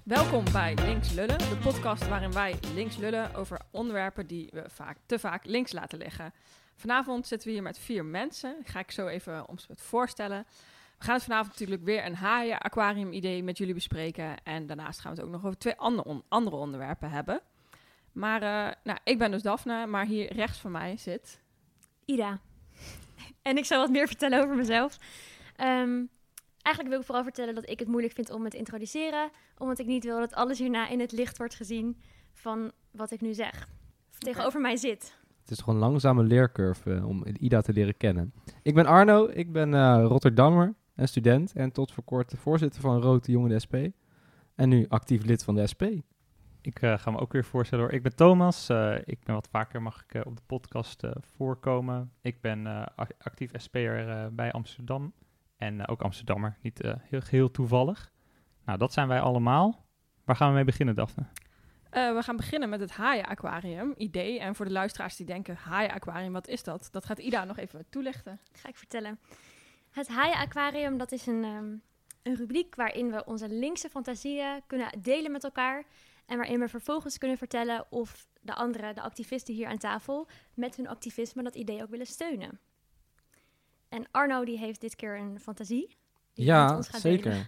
Welkom bij Links Lullen, de podcast waarin wij links lullen over onderwerpen die we te vaak links laten liggen. Vanavond zitten we hier met 4 mensen. Ga ik zo even ons voorstellen. We gaan het vanavond natuurlijk weer een haaien-aquarium-idee met jullie bespreken. En daarnaast gaan we het ook nog over 2 andere onderwerpen hebben. Maar ik ben dus Daphne, maar hier rechts van mij zit Ida. En ik zal wat meer vertellen over mezelf. Eigenlijk wil ik vooral vertellen dat ik het moeilijk vind om het te introduceren. Omdat ik niet wil dat alles hierna in het licht wordt gezien van wat ik nu zeg. Tegenover mij zit. Het is toch een langzame leercurve om Ida te leren kennen. Ik ben Arno, ik ben Rotterdammer en student. En tot voor kort voorzitter van Rood de Jonge de SP. En nu actief lid van de SP. Ik ga me ook weer voorstellen hoor. Ik ben Thomas. Ik ben wat vaker mag ik op de podcast voorkomen. Ik ben actief SP'er bij Amsterdam. En ook Amsterdammer. Niet heel toevallig. Nou, dat zijn wij allemaal. Waar gaan we mee beginnen, Daphne? We gaan beginnen met het haaien-aquarium idee. En voor de luisteraars die denken, haaien-aquarium, wat is dat? Dat gaat Ida nog even toelichten. Ga ik vertellen. Het haaien-aquarium, dat is een rubriek waarin we onze linkse fantasieën kunnen delen met elkaar. En waarin we vervolgens kunnen vertellen of de activisten hier aan tafel, met hun activisme dat idee ook willen steunen. En Arno die heeft dit keer een fantasie. Die hij met ons gaat zeker. delen.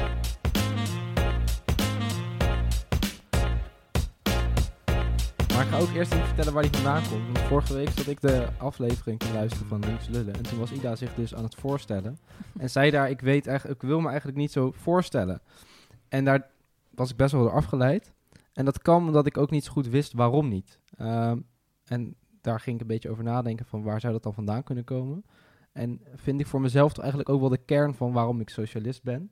Maar ik ga ook eerst even vertellen waar die vandaan komt. Want vorige week zat ik de aflevering te luisteren van Links Lullen. En toen was Ida zich dus aan het voorstellen. En zei daar, ik wil me eigenlijk niet zo voorstellen. En daar was ik best wel door afgeleid. En dat kwam omdat ik ook niet zo goed wist waarom niet. En daar ging ik een beetje over nadenken van waar zou dat dan vandaan kunnen komen. En vind ik voor mezelf toch eigenlijk ook wel de kern van waarom ik socialist ben.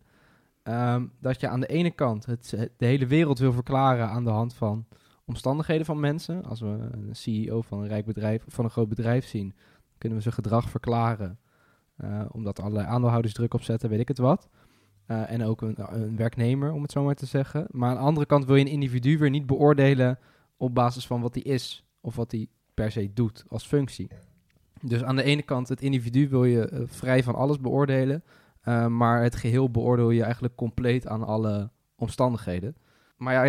Dat je aan de ene kant de hele wereld wil verklaren aan de hand van omstandigheden van mensen. Als we een CEO van een rijk bedrijf, van een groot bedrijf zien, kunnen we zijn gedrag verklaren. Omdat allerlei aandeelhouders druk opzetten, weet ik het wat. En ook een werknemer, om het zo maar te zeggen. Maar aan de andere kant wil je een individu weer niet beoordelen op basis van wat hij is. Of wat hij per se doet als functie. Dus aan de ene kant, het individu wil je vrij van alles beoordelen. Maar het geheel beoordeel je eigenlijk compleet aan alle omstandigheden. Maar ja,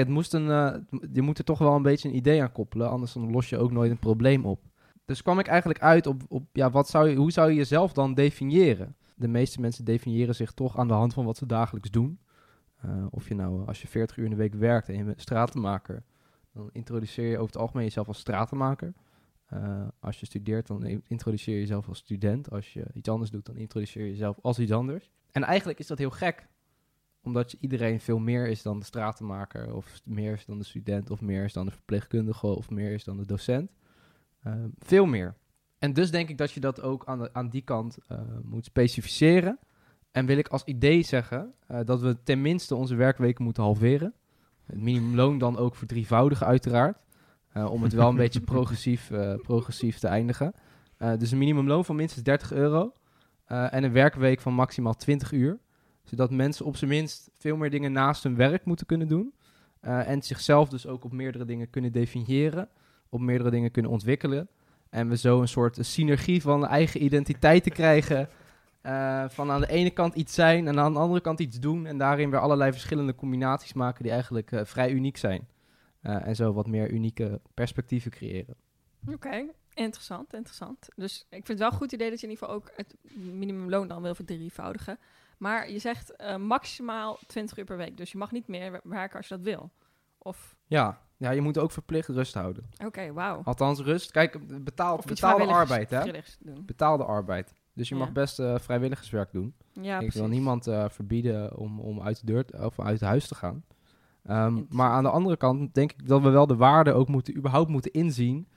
je moet er toch wel een beetje een idee aan koppelen. Anders dan los je ook nooit een probleem op. Dus kwam ik eigenlijk uit op hoe zou je jezelf dan definiëren? De meeste mensen definiëren zich toch aan de hand van wat ze dagelijks doen. Of je nou, als je 40 uur in de week werkt en je bent stratenmaker, dan introduceer je over het algemeen jezelf als stratenmaker. Als je studeert, dan introduceer je jezelf als student. Als je iets anders doet, dan introduceer je jezelf als iets anders. En eigenlijk is dat heel gek. Omdat iedereen veel meer is dan de stratenmaker, of meer is dan de student, of meer is dan de verpleegkundige, of meer is dan de docent. Veel meer. En dus denk ik dat je dat ook aan die kant moet specificeren. En wil ik als idee zeggen dat we tenminste onze werkweken moeten halveren. Het minimumloon dan ook verdrievoudigen uiteraard. Om het wel een beetje progressief te eindigen. Dus een minimumloon van minstens €30. En een werkweek van maximaal 20 uur. Zodat mensen op zijn minst veel meer dingen naast hun werk moeten kunnen doen. En zichzelf dus ook op meerdere dingen kunnen definiëren. Op meerdere dingen kunnen ontwikkelen. En we zo een soort synergie van eigen identiteiten krijgen. Van aan de ene kant iets zijn en aan de andere kant iets doen. En daarin weer allerlei verschillende combinaties maken die eigenlijk vrij uniek zijn. En zo wat meer unieke perspectieven creëren. Oké, interessant. Dus ik vind het wel een goed idee dat je in ieder geval ook het minimumloon dan wil verdrievoudigen. Maar je zegt maximaal 20 uur per week. Dus je mag niet meer werken als je dat wil. Of... Ja, je moet ook verplicht rust houden. Oké, wauw. Althans rust. Kijk, betaalde arbeid, hè? Doen. Betaalde arbeid. Dus je mag best vrijwilligerswerk doen. Ja, Ik precies. wil niemand verbieden om uit de deur of uit huis te gaan. Maar aan de andere kant denk ik dat we wel de waarde ook überhaupt moeten inzien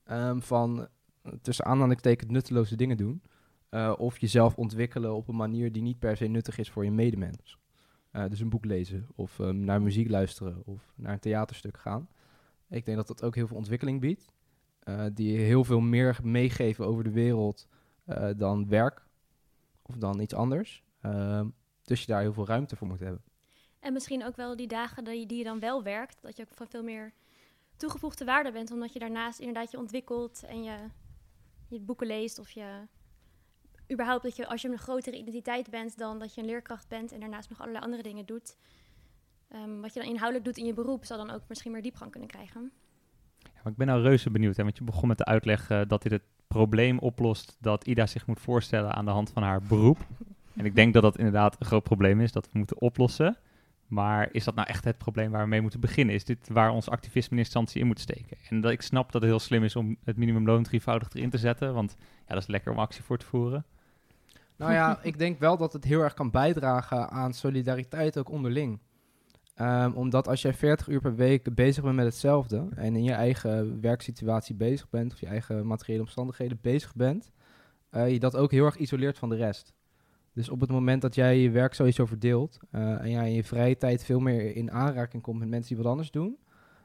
van tussen aanhalingstekens nutteloze dingen doen. Of jezelf ontwikkelen op een manier die niet per se nuttig is voor je medemens. Dus een boek lezen of naar muziek luisteren of naar een theaterstuk gaan. Ik denk dat dat ook heel veel ontwikkeling biedt. Die heel veel meer meegeven over de wereld dan werk of dan iets anders. Dus je daar heel veel ruimte voor moet hebben. En misschien ook wel die dagen die je dan wel werkt, dat je ook van veel meer toegevoegde waarde bent, omdat je daarnaast inderdaad je ontwikkelt en je boeken leest of je überhaupt dat je als je een grotere identiteit bent dan dat je een leerkracht bent en daarnaast nog allerlei andere dingen doet, wat je dan inhoudelijk doet in je beroep, zal dan ook misschien meer diepgang kunnen krijgen. Ja, maar ik ben nou reuze benieuwd, hè, want je begon met de uitleg dat dit het probleem oplost dat Ida zich moet voorstellen aan de hand van haar beroep. En ik denk dat dat inderdaad een groot probleem is, dat we moeten oplossen. Maar is dat nou echt het probleem waar we mee moeten beginnen? Is dit waar ons activisme in instantie in moet steken? En ik snap dat het heel slim is om het minimumloon drievoudig erin te zetten, want ja, dat is lekker om actie voor te voeren. Nou ja, ik denk wel dat het heel erg kan bijdragen aan solidariteit ook onderling. Omdat als jij 40 uur per week bezig bent met hetzelfde en in je eigen werksituatie bezig bent, of je eigen materiële omstandigheden bezig bent, je dat ook heel erg isoleert van de rest. Dus op het moment dat jij je werk sowieso verdeelt en jij in je vrije tijd veel meer in aanraking komt met mensen die wat anders doen,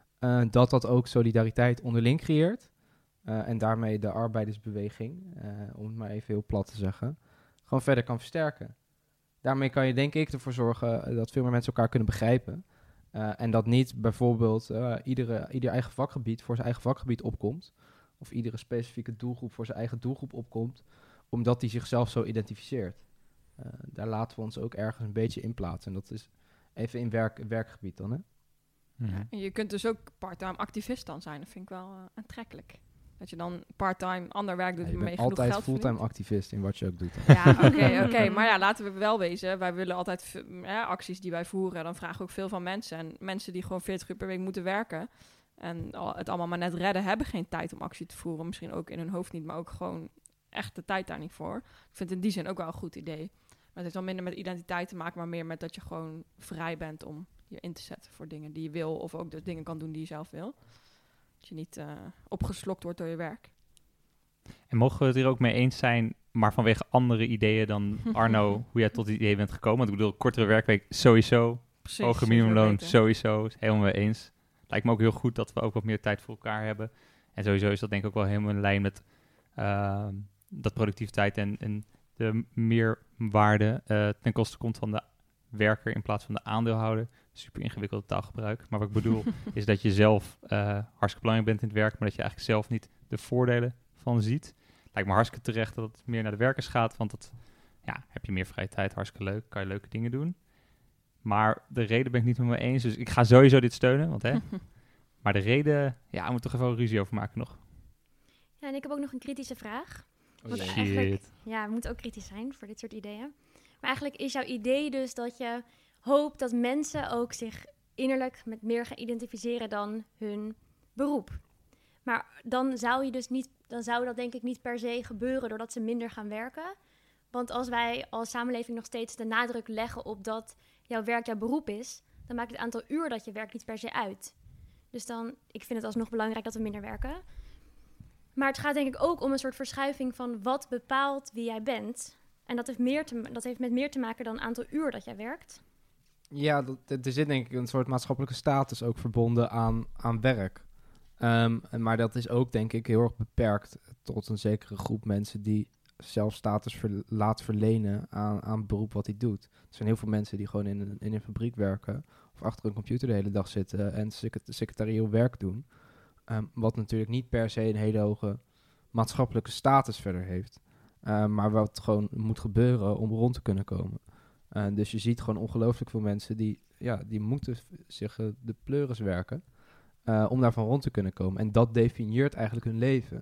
dat ook solidariteit onderling creëert. En daarmee de arbeidersbeweging, om het maar even heel plat te zeggen, gewoon verder kan versterken. Daarmee kan je denk ik ervoor zorgen dat veel meer mensen elkaar kunnen begrijpen. En dat niet bijvoorbeeld ieder eigen vakgebied voor zijn eigen vakgebied opkomt. Of iedere specifieke doelgroep voor zijn eigen doelgroep opkomt. Omdat die zichzelf zo identificeert. Daar laten we ons ook ergens een beetje in plaatsen. En dat is even in werkgebied dan, hè? Mhm. En je kunt dus ook part-time activist dan zijn. Dat vind ik wel aantrekkelijk. Dat je dan part-time ander werk doet Je waarmee je bent genoeg altijd geld fulltime verdient. activist in wat je ook doet. Ja, oké. Maar ja, laten we wel wezen. Wij willen altijd acties die wij voeren. Dan vragen we ook veel van mensen. En mensen die gewoon 40 uur per week moeten werken en het allemaal maar net redden, hebben geen tijd om actie te voeren. Misschien ook in hun hoofd niet, maar ook gewoon echt de tijd daar niet voor. Ik vind het in die zin ook wel een goed idee. Maar het heeft dan minder met identiteit te maken, maar meer met dat je gewoon vrij bent om je in te zetten voor dingen die je wil. Of ook de dingen kan doen die je zelf wil. Dat je niet opgeslokt wordt door je werk. En mogen we het hier ook mee eens zijn, maar vanwege andere ideeën dan Arno, hoe jij tot die idee bent gekomen? Want ik bedoel, kortere werkweek sowieso, Precies, hoger zeker minimumloon weten. sowieso, helemaal mee eens. Lijkt me ook heel goed dat we ook wat meer tijd voor elkaar hebben. En sowieso is dat denk ik ook wel helemaal in lijn met dat productiviteit en de meerwaarde ten koste komt van de werker in plaats van de aandeelhouder. Super ingewikkelde taalgebruik. Maar wat ik bedoel is dat je zelf hartstikke belangrijk bent in het werk, maar dat je eigenlijk zelf niet de voordelen van ziet. Lijkt me hartstikke terecht dat het meer naar de werkers gaat, want dat heb je meer vrije tijd, hartstikke leuk, kan je leuke dingen doen. Maar de reden ben ik niet met me eens, dus ik ga sowieso dit steunen, want maar de reden, we moeten toch even wel ruzie over maken nog. Ja, en ik heb ook nog een kritische vraag. Oh, Want jee. eigenlijk, we moeten ook kritisch zijn voor dit soort ideeën. Maar eigenlijk is jouw idee dus dat je hoopt dat mensen ook zich innerlijk met meer gaan identificeren dan hun beroep. Maar dan zou dat denk ik niet per se gebeuren doordat ze minder gaan werken. Want als wij als samenleving nog steeds de nadruk leggen op dat jouw werk jouw beroep is, dan maakt het aantal uur dat je werkt niet per se uit. Dus ik vind het alsnog belangrijk dat we minder werken. Maar het gaat denk ik ook om een soort verschuiving van wat bepaalt wie jij bent. En dat heeft met meer te maken dan het aantal uur dat jij werkt. Ja, er zit denk ik een soort maatschappelijke status ook verbonden aan werk. Maar dat is ook denk ik heel erg beperkt tot een zekere groep mensen die zelf status laat verlenen aan het beroep wat hij doet. Er zijn heel veel mensen die gewoon in een fabriek werken of achter een computer de hele dag zitten en secretarieel werk doen. Wat natuurlijk niet per se een hele hoge maatschappelijke status verder heeft. Maar wat gewoon moet gebeuren om rond te kunnen komen. Dus je ziet gewoon ongelooflijk veel mensen die moeten zich de pleuris werken om daarvan rond te kunnen komen. En dat definieert eigenlijk hun leven.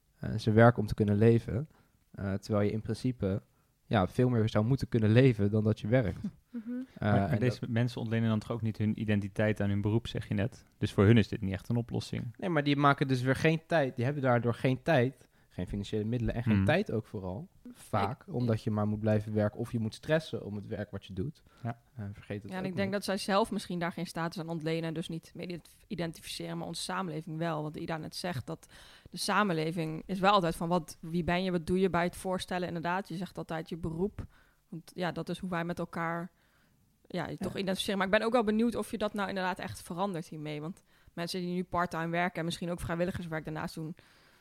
Ze werken om te kunnen leven, terwijl je in principe veel meer zou moeten kunnen leven dan dat je werkt. Maar deze mensen ontlenen dan toch ook niet hun identiteit aan hun beroep, zeg je net. Dus voor hun is dit niet echt een oplossing. Nee, maar die maken dus weer geen tijd. Die hebben daardoor geen tijd, geen financiële middelen en geen tijd ook vooral. Vaak, omdat je maar moet blijven werken of je moet stressen om het werk wat je doet. Vergeet het Ja, en ook ik denk niet. dat zij zelf misschien daar geen status aan ontlenen en dus niet mee identificeren, maar onze samenleving wel. Want Ida net zegt dat de samenleving is wel altijd van wie ben je, wat doe je bij het voorstellen. Inderdaad, je zegt altijd je beroep. Want dat is hoe wij met elkaar je toch identificeren. Maar ik ben ook wel benieuwd of je dat nou inderdaad echt verandert hiermee. Want mensen die nu parttime werken en misschien ook vrijwilligerswerk daarnaast doen,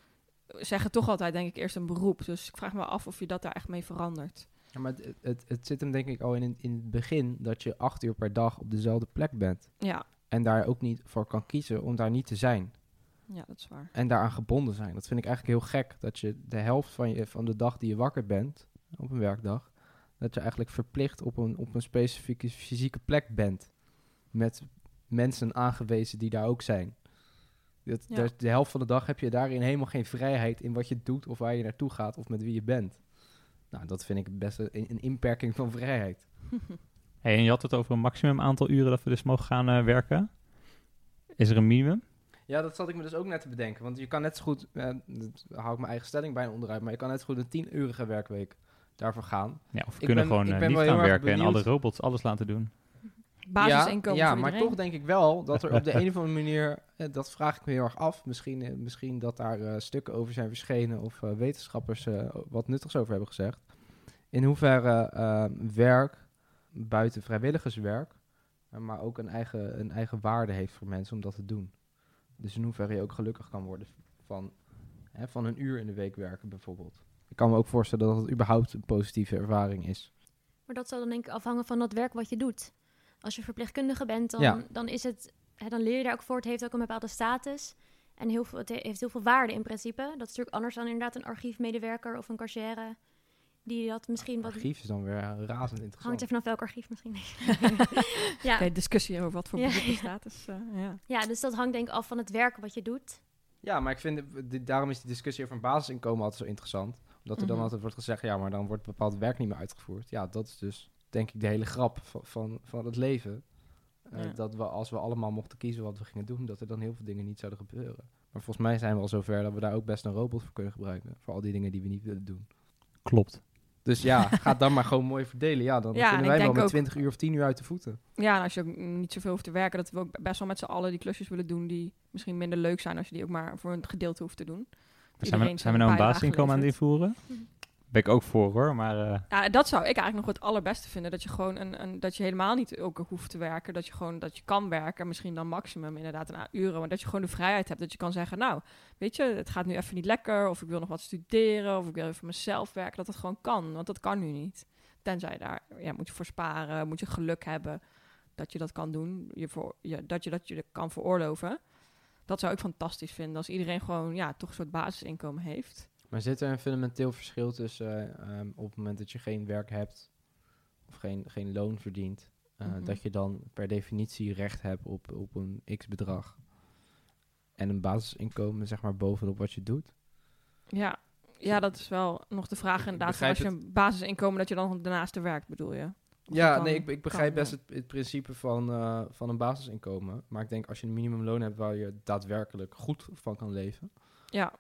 zeggen toch altijd, denk ik, eerst een beroep. Dus ik vraag me af of je dat daar echt mee verandert. Ja, maar het zit hem denk ik al in het begin dat je 8 uur per dag op dezelfde plek bent. Ja, En daar ook niet voor kan kiezen om daar niet te zijn. ja, dat is waar. En daaraan gebonden zijn. Dat vind ik eigenlijk heel gek. Dat je de helft van de dag die je wakker bent, op een werkdag, dat je eigenlijk verplicht op een specifieke fysieke plek bent. met mensen aangewezen die daar ook zijn. De helft van de dag heb je daarin helemaal geen vrijheid in wat je doet of waar je naartoe gaat of met wie je bent. Nou, dat vind ik best een inperking van vrijheid. Hey, en je had het over een maximum aantal uren dat we dus mogen gaan werken. Is er een minimum? Ja, dat zat ik me dus ook net te bedenken. Want je kan net zo goed, daar hou ik mijn eigen stelling bijna onderuit, maar je kan net zo goed een 10-urige werkweek daarvoor gaan. Ja, of we kunnen gewoon niet gaan werken en alle robots alles laten doen. Basisinkomen ja, voor maar iedereen. toch denk ik wel dat er op de een of andere manier, dat vraag ik me heel erg af, misschien dat daar stukken over zijn verschenen of wetenschappers wat nuttigs over hebben gezegd. In hoeverre werk buiten vrijwilligerswerk, maar ook een eigen waarde heeft voor mensen om dat te doen. Dus in hoeverre je ook gelukkig kan worden van een uur in de week werken bijvoorbeeld. Ik kan me ook voorstellen dat het überhaupt een positieve ervaring is. Maar dat zal dan denk ik afhangen van dat werk wat je doet. Als je verpleegkundige bent, dan is het, dan leer je daar ook voor. Het heeft ook een bepaalde status. En het heeft heel veel waarde in principe. Dat is natuurlijk anders dan inderdaad een archiefmedewerker of een cashier. Die dat misschien wat... Archief is dan weer razend interessant. Hangt er vanaf welk archief misschien. Ja. Okay, discussie over wat voor beroep bestaat. Dus, ja, dus dat hangt denk ik af van het werk wat je doet. Ja, maar ik vind, daarom is die discussie over een basisinkomen altijd zo interessant. Omdat er dan altijd wordt gezegd, ja, maar dan wordt bepaald werk niet meer uitgevoerd. Ja, dat is dus, denk ik, de hele grap van het leven. Dat we, als we allemaal mochten kiezen wat we gingen doen, dat er dan heel veel dingen niet zouden gebeuren. Maar volgens mij zijn we al zover dat we daar ook best een robot voor kunnen gebruiken. Voor al die dingen die we niet willen doen. Klopt. Dus ja, ga dan maar gewoon mooi verdelen. Ja, dan kunnen wij wel met 20 uur of 10 uur uit de voeten. Ja, en als je ook niet zoveel hoeft te werken, dat we ook best wel met z'n allen die klusjes willen doen die misschien minder leuk zijn als je die ook maar voor een gedeelte hoeft te doen. Zijn we nou een basisinkomen aan het invoeren? Ben ik ook voor hoor, maar... Ja, dat zou ik eigenlijk nog het allerbeste vinden. Dat je gewoon dat je helemaal niet ook hoeft te werken. Dat je kan werken, misschien dan maximum inderdaad een uren. Maar dat je gewoon de vrijheid hebt. Dat je kan zeggen, nou, weet je, het gaat nu even niet lekker. Of ik wil nog wat studeren. Of ik wil even voor mezelf werken. Dat het gewoon kan, want dat kan nu niet. Tenzij daar, moet je voor sparen. Moet je geluk hebben dat je dat kan doen. Dat je kan veroorloven. Dat zou ik fantastisch vinden. Als iedereen gewoon, toch een soort basisinkomen heeft. Maar zit er een fundamenteel verschil tussen op het moment dat je geen werk hebt of geen loon verdient, dat je dan per definitie recht hebt op een x-bedrag en een basisinkomen zeg maar bovenop wat je doet? Ja, dat is wel nog de vraag inderdaad. Als je een basisinkomen dat je dan daarnaast werkt, bedoel je? Ik begrijp best het principe van een basisinkomen, maar ik denk als je een minimumloon hebt waar je daadwerkelijk goed van kan leven. Ja.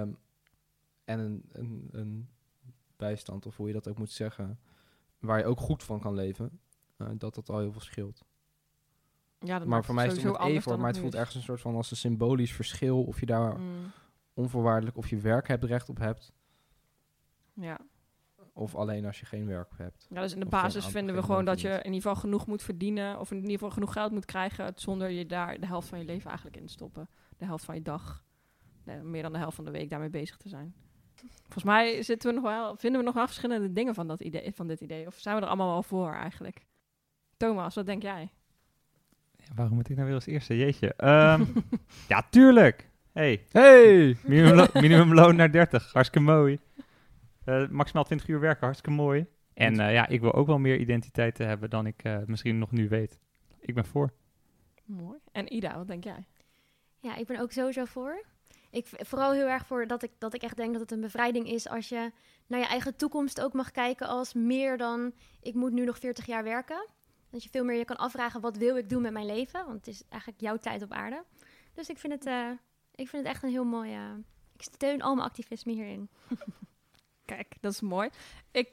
En een bijstand, of hoe je dat ook moet zeggen, waar je ook goed van kan leven, dat al heel veel scheelt. Ja, maar voor mij is het om het even, maar het voelt ergens een soort van als een symbolisch verschil of je daar onvoorwaardelijk of je werk recht op hebt. Ja. Of alleen als je geen werk hebt. Ja, dus in de basis vinden we gewoon dat je in ieder geval genoeg moet verdienen of in ieder geval genoeg geld moet krijgen zonder je daar de helft van je leven eigenlijk in te stoppen. De helft van je dag. Meer dan de helft van de week daarmee bezig te zijn. Volgens mij vinden we nog wel verschillende dingen van dit idee. Of zijn we er allemaal wel voor eigenlijk? Thomas, wat denk jij? Ja, waarom moet ik nou weer als eerste? Jeetje. Ja, tuurlijk. Hey. Minimumloon naar 30. Hartstikke mooi. Maximaal 20 uur werken. Hartstikke mooi. En ik wil ook wel meer identiteit hebben dan ik misschien nog nu weet. Ik ben voor. Mooi. En Ida, wat denk jij? Ja, ik ben ook sowieso voor. Vooral heel erg voor dat ik echt denk dat het een bevrijding is als je naar je eigen toekomst ook mag kijken als meer dan ik moet nu nog 40 jaar werken. Dat je veel meer je kan afvragen wat wil ik doen met mijn leven, want het is eigenlijk jouw tijd op aarde. Dus ik vind het echt een heel mooi... ik steun al mijn activisme hierin. Kijk, dat is mooi. Ik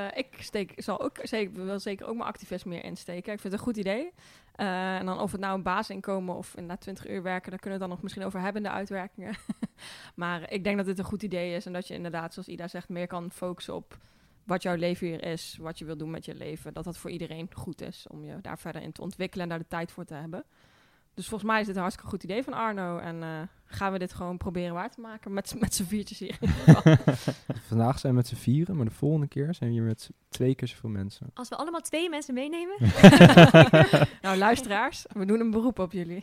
wil zeker ook mijn activisme meer insteken. Ik vind het een goed idee. En dan of het nou een basisinkomen of inderdaad 20 uur werken, daar kunnen we het dan nog misschien over hebben in de uitwerkingen. Maar ik denk dat dit een goed idee is en dat je inderdaad, zoals Ida zegt, meer kan focussen op wat jouw leven hier is, wat je wil doen met je leven. Dat dat voor iedereen goed is om je daar verder in te ontwikkelen en daar de tijd voor te hebben. Dus volgens mij is dit een hartstikke goed idee van Arno. En gaan we dit gewoon proberen waar te maken met z'n viertjes hier. Vandaag zijn we met z'n vieren, maar de volgende keer zijn we hier met 2 keer zoveel mensen. Als we allemaal 2 mensen meenemen? Nou, luisteraars, we doen een beroep op jullie.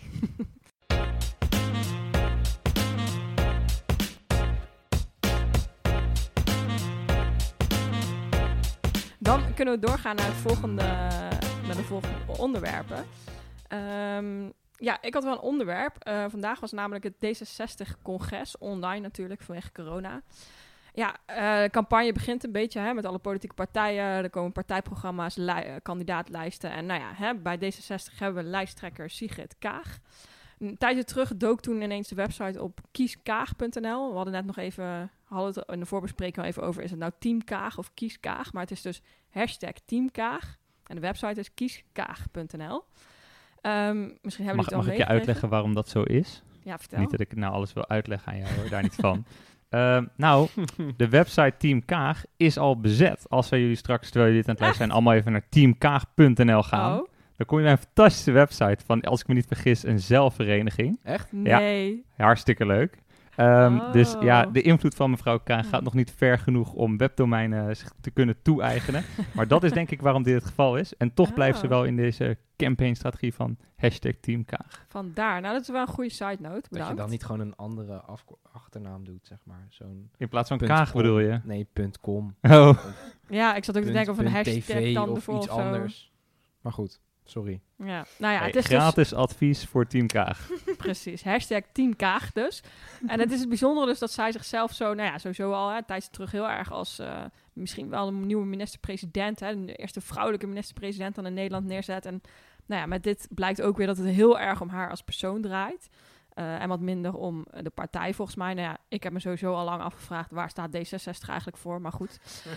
Dan kunnen we doorgaan naar de volgende onderwerpen. Ja, ik had wel een onderwerp. Vandaag was namelijk het D66-congres, online natuurlijk, vanwege corona. Ja, de campagne begint een beetje met alle politieke partijen. Er komen partijprogramma's, kandidaatlijsten. En nou ja, bij D66 hebben we lijsttrekker Sigrid Kaag. Een tijdje terug dook toen ineens de website op kieskaag.nl. We hadden net nog even, hadden het in de voorbespreking al even over, is het nou Team Kaag of Kies Kaag? Maar het is dus #Team Kaag. En de website is kieskaag.nl. Misschien hebben jullie het al Mag ik je meegekregen? uitleggen waarom dat zo is? Ja, vertel. Niet dat ik nou alles wil uitleggen aan jou, hoor, daar niet van. Nou, de website Team Kaag is al bezet. Als wij jullie straks, terwijl jullie dit aan het luisteren zijn, allemaal even naar teamkaag.nl gaan. Oh, Dan kom je bij een fantastische website van, als ik me niet vergis, een zelfvereniging. Echt? nee. Ja, hartstikke leuk. Dus ja, de invloed van mevrouw Kaag gaat nog niet ver genoeg om webdomeinen zich te kunnen toe-eigenen. Maar dat is denk ik waarom dit het geval is. En toch blijft ze wel in deze campaignstrategie van #Team Kaag. Vandaar. Nou, dat is wel een goede side note. Dat je Bedankt. dan niet gewoon een andere achternaam doet, zeg maar. Zo'n In plaats van punt Kaag com. bedoel je? Nee, .com. Oh, Ja, ik zat ook te denken of een hashtag .tv dan of ervoor iets of zo. anders. Maar goed, sorry. Ja, nou ja, hey, het is dus gratis advies voor Team Kaag. precies. #Team Kaag dus. En het is het bijzondere dus dat zij zichzelf zo, nou ja, sowieso al een tijdje terug heel erg als misschien wel een nieuwe minister-president, de eerste vrouwelijke minister-president dan in Nederland neerzet. En nou ja, met dit blijkt ook weer dat het heel erg om haar als persoon draait. En wat minder om de partij volgens mij. Nou ja, ik heb me sowieso al lang afgevraagd, waar staat D66 eigenlijk voor? Maar goed.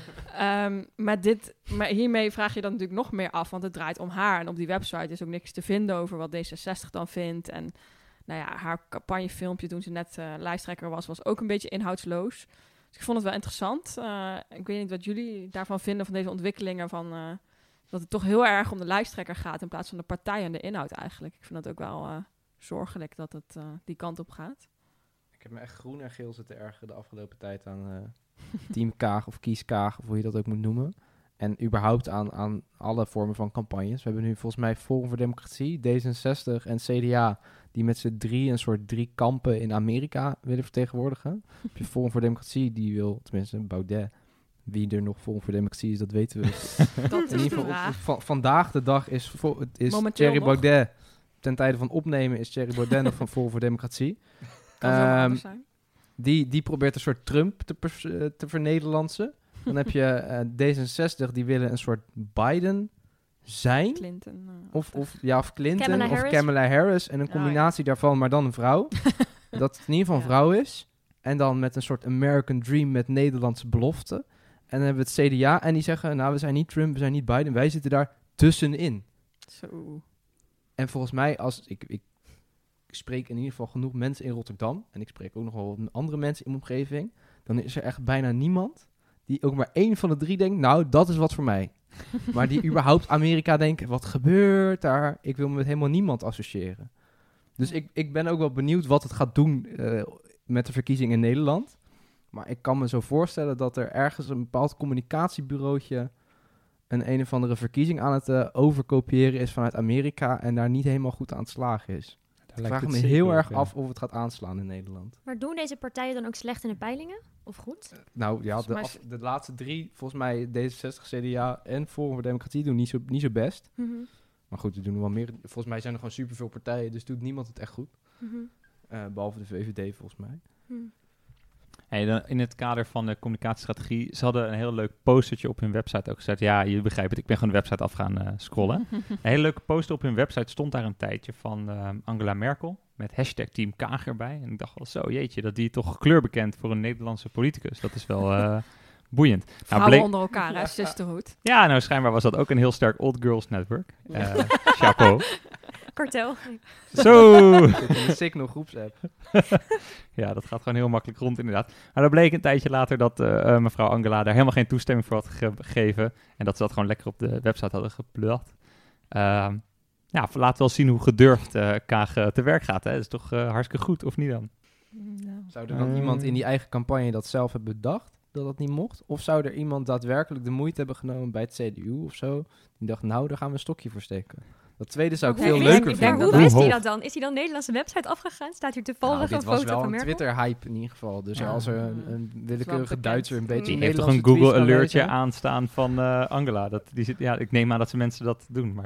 Maar hiermee vraag je dan natuurlijk nog meer af, want het draait om haar. En op die website is ook niks te vinden over wat D66 dan vindt. En nou ja, haar campagnefilmpje toen ze net lijsttrekker was ook een beetje inhoudsloos. Dus ik vond het wel interessant. Ik weet niet wat jullie daarvan vinden, van deze ontwikkelingen, van dat het toch heel erg om de lijsttrekker gaat in plaats van de partij en de inhoud eigenlijk. Ik vind dat ook wel zorgelijk dat het die kant op gaat. Ik heb me echt groen en geel zitten ergeren de afgelopen tijd aan Team Kaag of Kies Kaag, of hoe je dat ook moet noemen. En überhaupt aan alle vormen van campagnes. We hebben nu volgens mij Forum voor Democratie, D66 en CDA, die met z'n een soort drie kampen in Amerika willen vertegenwoordigen. Heb je Forum voor Democratie, die wil, tenminste Baudet, wie er nog Forum voor Democratie is, dat weten we. Dat In is ieder de geval, vraag. vandaag de dag is Momenteel Thierry nog? Baudet, ten tijde van opnemen is Thierry Baudet nog van Forum voor Democratie. Kan zomaar anders zijn. Die probeert een soort Trump te vernederlandsen. Dan heb je D66, die willen een soort Biden zijn. Clinton. Of Clinton Kamala of Harris. Kamala Harris. En een Oh, combinatie daarvan, maar dan een vrouw. Dat het in ieder geval een Ja. vrouw is. En dan met een soort American Dream met Nederlandse belofte. En dan hebben we het CDA en die zeggen, nou, we zijn niet Trump, we zijn niet Biden. Wij zitten daar tussenin. Zo. En volgens mij, ik spreek in ieder geval genoeg mensen in Rotterdam. En ik spreek ook nog wel andere mensen in mijn omgeving. Dan is er echt bijna niemand die ook maar één van de drie denkt, nou, dat is wat voor mij. Maar die überhaupt Amerika denken, wat gebeurt daar? Ik wil me met helemaal niemand associëren. Dus ik ben ook wel benieuwd wat het gaat doen met de verkiezing in Nederland. Maar ik kan me zo voorstellen dat er ergens een bepaald communicatiebureautje een of andere verkiezing aan het overkopiëren is vanuit Amerika en daar niet helemaal goed aan het slagen is. Ik vraag me heel erg af of het gaat aanslaan in Nederland. Maar doen deze partijen dan ook slecht in de peilingen? Of goed? Nou ja, Volgens mij de laatste drie, volgens mij D66, CDA en Forum voor Democratie doen niet zo best. Mhm, Maar goed, die doen er wel meer. Volgens mij zijn er gewoon superveel partijen, dus doet niemand het echt goed. mhm, Behalve de VVD volgens mij. mhm. Hey, dan in het kader van de communicatiestrategie, ze hadden een heel leuk postertje op hun website ook gezet. Ja, jullie begrijpen het, ik ben gewoon de website af gaan scrollen. Een hele leuke poster op hun website stond daar een tijdje van Angela Merkel met #Team Kaag erbij. En ik dacht wel zo, jeetje, dat die toch kleurbekend voor een Nederlandse politicus. Dat is wel boeiend. Vrouwen onder elkaar, hè? Sisterhood. Ja, nou schijnbaar was dat ook een heel sterk old girls network. Chapeau. Kartel. Zo! Zit in de Signal groepsapp. Ja, dat gaat gewoon heel makkelijk rond inderdaad. Maar dan bleek een tijdje later dat mevrouw Angela daar helemaal geen toestemming voor had gegeven. En dat ze dat gewoon lekker op de website hadden geplakt. Ja, laat wel zien hoe gedurfd Kaag te werk gaat. Hè. Dat is toch hartstikke goed, of niet dan? Nou. Zou er dan iemand in die eigen campagne dat zelf hebben bedacht, dat dat niet mocht? Of zou er iemand daadwerkelijk de moeite hebben genomen bij het CDU of zo, die dacht, nou, daar gaan we een stokje voor steken? Dat tweede zou ik Hoe veel wist- leuker ik denk vinden. Hoe wist hij hoog? dat dan? Is hij dan Nederlandse website afgegaan? Staat hier toevallig Nou, een dit was foto wel van een Merkel? Twitter-hype in ieder geval. Dus Ja. als er een willekeurige bekend. Duitser een beetje Die heeft toch Nederlandse een Google tweets kan alertje lezen. aanstaan van Angela. Ik neem aan dat ze mensen dat doen, maar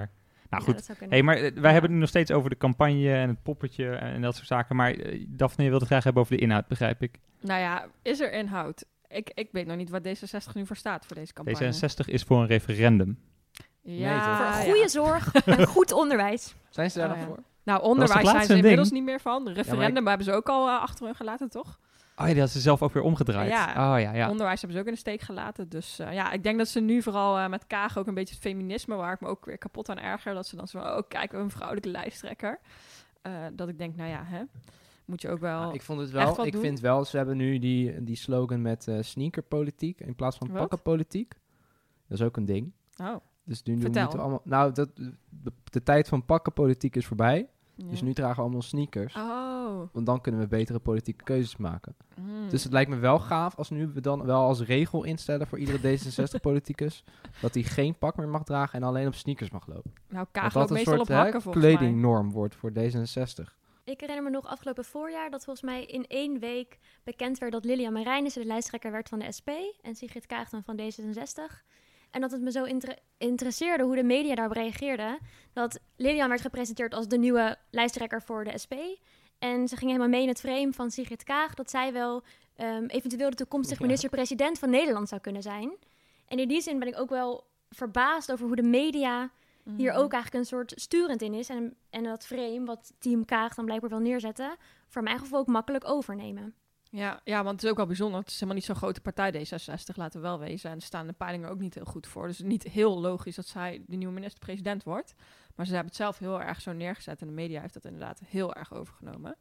Nou Ja, goed, dat zou kunnen. hey, maar wij hebben het nu nog steeds over de campagne en het poppetje en dat soort zaken. Maar Daphne, je wilt het graag hebben over de inhoud, begrijp ik. Nou ja, is er inhoud? Ik weet nog niet wat D66 nu voor staat voor deze campagne. D66 is voor een referendum. Ja, Voor ja. goede zorg en goed onderwijs. Zijn ze daar Oh, nog ja. voor? Nou, was onderwijs toch zijn laatst ze een inmiddels ding? niet meer van. De referendum hebben ze ook al achter hun gelaten, toch? Oh ja, die had ze zelf ook weer omgedraaid. Ja. Oh ja. Onderwijs hebben ze ook in de steek gelaten. Dus ja, ik denk dat ze nu vooral met Kaag ook een beetje het feminisme, waar ik me ook weer kapot aan erger, dat ze dan zo, oh kijk, we hebben een vrouwelijke lijsttrekker. Dat ik denk, nou ja, hè, moet je ook wel... Nou, ik vond het echt wel. wat Ik doen? vind wel, ze hebben nu die slogan met sneakerpolitiek in plaats van Wat? pakkenpolitiek. Dat is ook een ding. Oh, Dus nu Vertel. moeten we allemaal. Nou, de tijd van pakkenpolitiek is voorbij. ja. Dus nu dragen we allemaal sneakers. Oh. Want dan kunnen we betere politieke keuzes maken. Hmm. Dus het lijkt me wel gaaf als nu we dan wel als regel instellen voor iedere D66-politicus dat hij geen pak meer mag dragen en alleen op sneakers mag lopen. Nou, Dat Kaag dat loopt een meestal soort op hakken, volgens mij. kledingnorm wordt voor D66. Ik herinner me nog afgelopen voorjaar dat volgens mij in 1 week bekend werd dat Lilian Marijnissen de lijsttrekker werd van de SP en Sigrid Kaag dan van D66. En dat het me zo interesseerde hoe de media daarop reageerden. Dat Lilian werd gepresenteerd als de nieuwe lijsttrekker voor de SP. En ze ging helemaal mee in het frame van Sigrid Kaag dat zij wel eventueel de toekomstig Ja. minister-president van Nederland zou kunnen zijn. En in die zin ben ik ook wel verbaasd over hoe de media hier ook eigenlijk een soort sturend in is. En dat frame, wat Team Kaag dan blijkbaar wil neerzetten, voor mijn gevoel ook makkelijk overnemen. Ja, want het is ook wel bijzonder. Het is helemaal niet zo'n grote partij, D66, laten we wel wezen. En er staan de peilingen ook niet heel goed voor. Dus het is niet heel logisch dat zij de nieuwe minister-president wordt. Maar ze hebben het zelf heel erg zo neergezet. En de media heeft dat inderdaad heel erg overgenomen.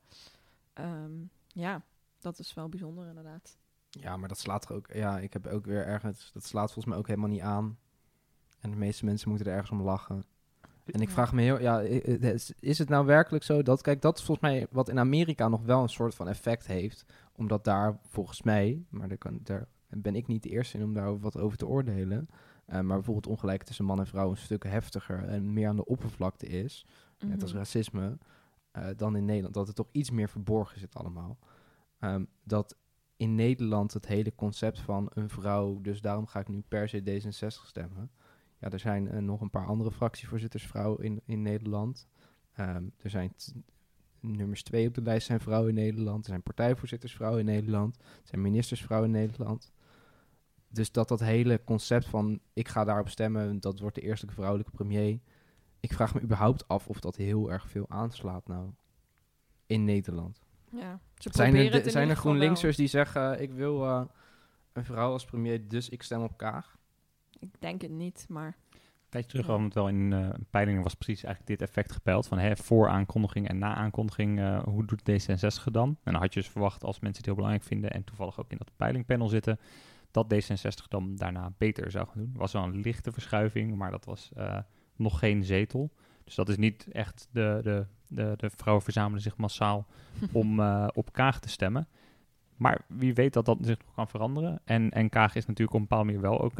Ja, dat is wel bijzonder inderdaad. Ja, maar dat slaat er ook. Ja, ik heb ook weer ergens. Dat slaat volgens mij ook helemaal niet aan. En de meeste mensen moeten er ergens om lachen. En ik Ja. vraag me heel, ja, is het nou werkelijk zo dat, kijk, dat is volgens mij wat in Amerika nog wel een soort van effect heeft, omdat daar volgens mij, maar daar ben ik niet de eerste in om daar wat over te oordelen, maar bijvoorbeeld ongelijkheid tussen man en vrouw een stuk heftiger en meer aan de oppervlakte is, net als Mhm. racisme, dan in Nederland, dat het toch iets meer verborgen zit allemaal. Dat in Nederland het hele concept van een vrouw, dus daarom ga ik nu per se D66 stemmen. Ja, er zijn nog een paar andere fractievoorzitters vrouwen in Nederland. Er zijn nummers 2 op de lijst zijn vrouwen in Nederland. Er zijn partijvoorzitters vrouwen in Nederland. Er zijn ministers vrouwen in Nederland. Dus dat hele concept van ik ga daarop stemmen, dat wordt de eerste vrouwelijke premier. Ik vraag me überhaupt af of dat heel erg veel aanslaat nou in Nederland. Ja, ze Zijn proberen het in er ieder geval GroenLinksers die zeggen ik wil een vrouw als premier, dus ik stem op Kaag? wel. Ik denk het niet, maar... Een tijdje terug Ja. hadden we het wel in peilingen was precies eigenlijk dit effect gepeild. Van voor aankondiging en na aankondiging, hoe doet D66 dan? En dan had je dus verwacht als mensen het heel belangrijk vinden en toevallig ook in dat peilingpanel zitten, dat D66 dan daarna beter zou gaan doen. Er was wel een lichte verschuiving, maar dat was nog geen zetel. Dus dat is niet echt, de vrouwen verzamelen zich massaal om op Kaag te stemmen. Maar wie weet dat zich nog kan veranderen. En Kaag is natuurlijk op een bepaalde manier wel ook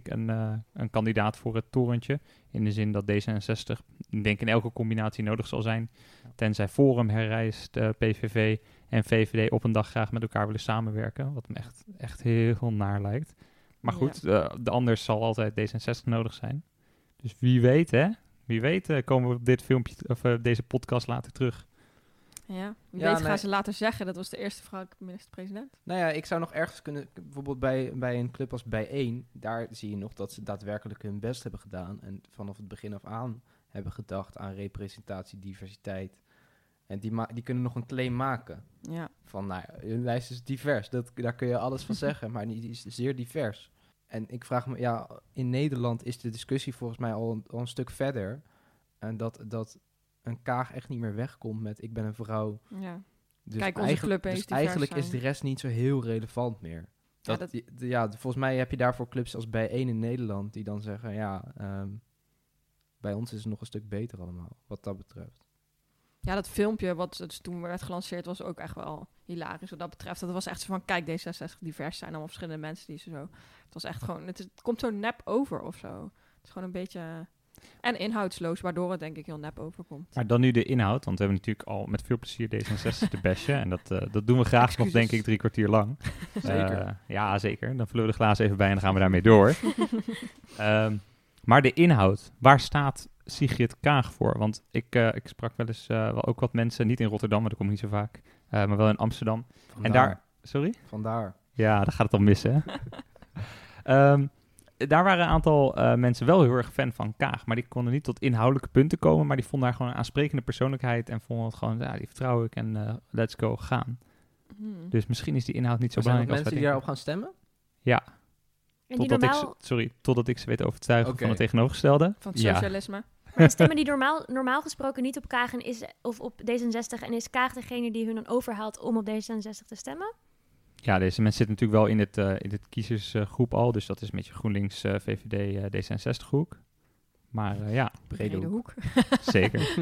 een kandidaat voor het torentje. In de zin dat D66, ik denk in elke combinatie nodig zal zijn. Tenzij Forum herrijst, PVV en VVD op een dag graag met elkaar willen samenwerken. Wat me echt heel naar lijkt. Maar goed, de anders zal altijd D66 nodig zijn. Dus wie weet, hè? Wie weet komen we op dit filmpje of deze podcast later terug. Ja, wie Ja, weet gaan nee. ze later zeggen. Dat was de eerste vrouwelijke minister-president. Nou ja, ik zou nog ergens kunnen, bijvoorbeeld bij een club als Bijeen, daar zie je nog dat ze daadwerkelijk hun best hebben gedaan en vanaf het begin af aan hebben gedacht aan representatie, diversiteit. En die kunnen nog een claim maken Ja. van, nou ja, hun lijst is divers, daar kun je alles van zeggen, maar die is zeer divers. En ik vraag me, ja, in Nederland is de discussie volgens mij al een stuk verder en dat een Kaag echt niet meer wegkomt met ik ben een vrouw. Ja. Dus Kijk, onze eigenlijk, club heeft dus divers eigenlijk is zijn. de rest niet zo heel relevant meer. Ja, Volgens mij heb je daarvoor clubs als Bijeen in Nederland die dan zeggen, ja, bij ons is het nog een stuk beter allemaal, wat dat betreft. Ja, dat filmpje wat dus toen werd gelanceerd was ook echt wel hilarisch wat dat betreft. Dat was echt zo van, kijk, D66 divers zijn allemaal verschillende mensen die ze zo... Het was echt gewoon, het komt zo nep over of zo. Het is gewoon een beetje... En inhoudsloos, waardoor het denk ik heel nep overkomt. Maar dan nu de inhoud, want we hebben natuurlijk al met veel plezier D66 te bashen. En dat doen we graag Excuses. nog, denk ik, 3 kwartier lang. Zeker. Ja, zeker. Dan vullen we de glazen even bij en dan gaan we daarmee door. Maar de inhoud, waar staat Sigrid Kaag voor? Want ik sprak wel eens wel ook wat mensen, niet in Rotterdam, maar dat kom ik niet zo vaak, maar wel in Amsterdam. Vandaar. En daar... Sorry? Vandaar. Ja, daar gaat het al mis, hè? Daar waren een aantal mensen wel heel erg fan van Kaag, maar die konden niet tot inhoudelijke punten komen, maar die vonden haar gewoon een aansprekende persoonlijkheid en vonden het gewoon, ja, die vertrouw ik en let's go, gaan. Dus misschien is die inhoud niet zo Zijn er belangrijk als mensen wij die daarop denken. gaan stemmen? Ja, En die totdat ik ze weet overtuigen Oké. van het tegenovergestelde. Van het Ja. socialisme. Maar stemmen die normaal gesproken niet op Kaag of op D66 en is Kaag degene die hun dan overhaalt om op D66 te stemmen? Ja, deze mensen zitten natuurlijk wel in het kiezersgroep al, dus dat is een beetje GroenLinks, VVD, D66 groep. Maar ja, Brede hoek. zeker.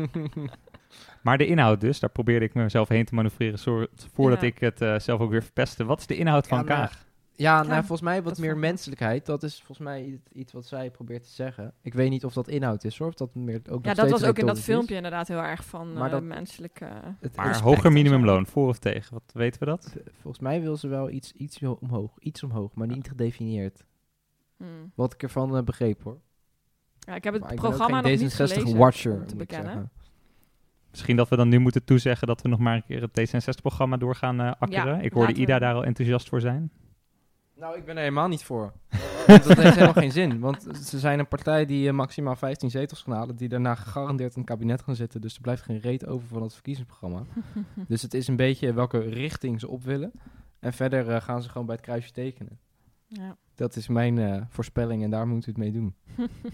Maar de inhoud dus, daar probeerde ik mezelf heen te manoeuvreren voordat Ja. ik het zelf ook weer verpestte. Wat is de inhoud van Ja, nou, Kaag? Ja, Ja, nou, volgens mij wat dat meer vond ik. menselijkheid. Dat is volgens mij iets wat zij probeert te zeggen. Ik weet niet of dat inhoud is, hoor. Of dat meer ook nog Ja, dat steeds was ook in dat retorisch is. filmpje inderdaad heel erg van Maar dat- menselijke... Het Maar respect hoger en zo. minimumloon, voor of tegen? Wat weten we dat? Volgens mij wil ze wel iets omhoog. Iets omhoog, maar niet gedefinieerd. Hmm. Wat ik ervan begreep, hoor. Ja, ik heb het Maar ik ben ook programma nog geen niet gelezen, D66-watcher, om te moet ik bekennen. zeggen. Misschien dat we dan nu moeten toezeggen dat we nog maar een keer het D66-programma door gaan akkeren. Ja, Ik hoorde laten we. Ida daar al enthousiast voor zijn. Nou, ik ben er helemaal niet voor. Want dat heeft helemaal geen zin. Want ze zijn een partij die maximaal 15 zetels gaan halen, die daarna gegarandeerd in het kabinet gaan zitten. Dus er blijft geen reet over van het verkiezingsprogramma. Dus het is een beetje welke richting ze op willen. En verder gaan ze gewoon bij het kruisje tekenen. Ja. Dat is mijn voorspelling en daar moet u het mee doen.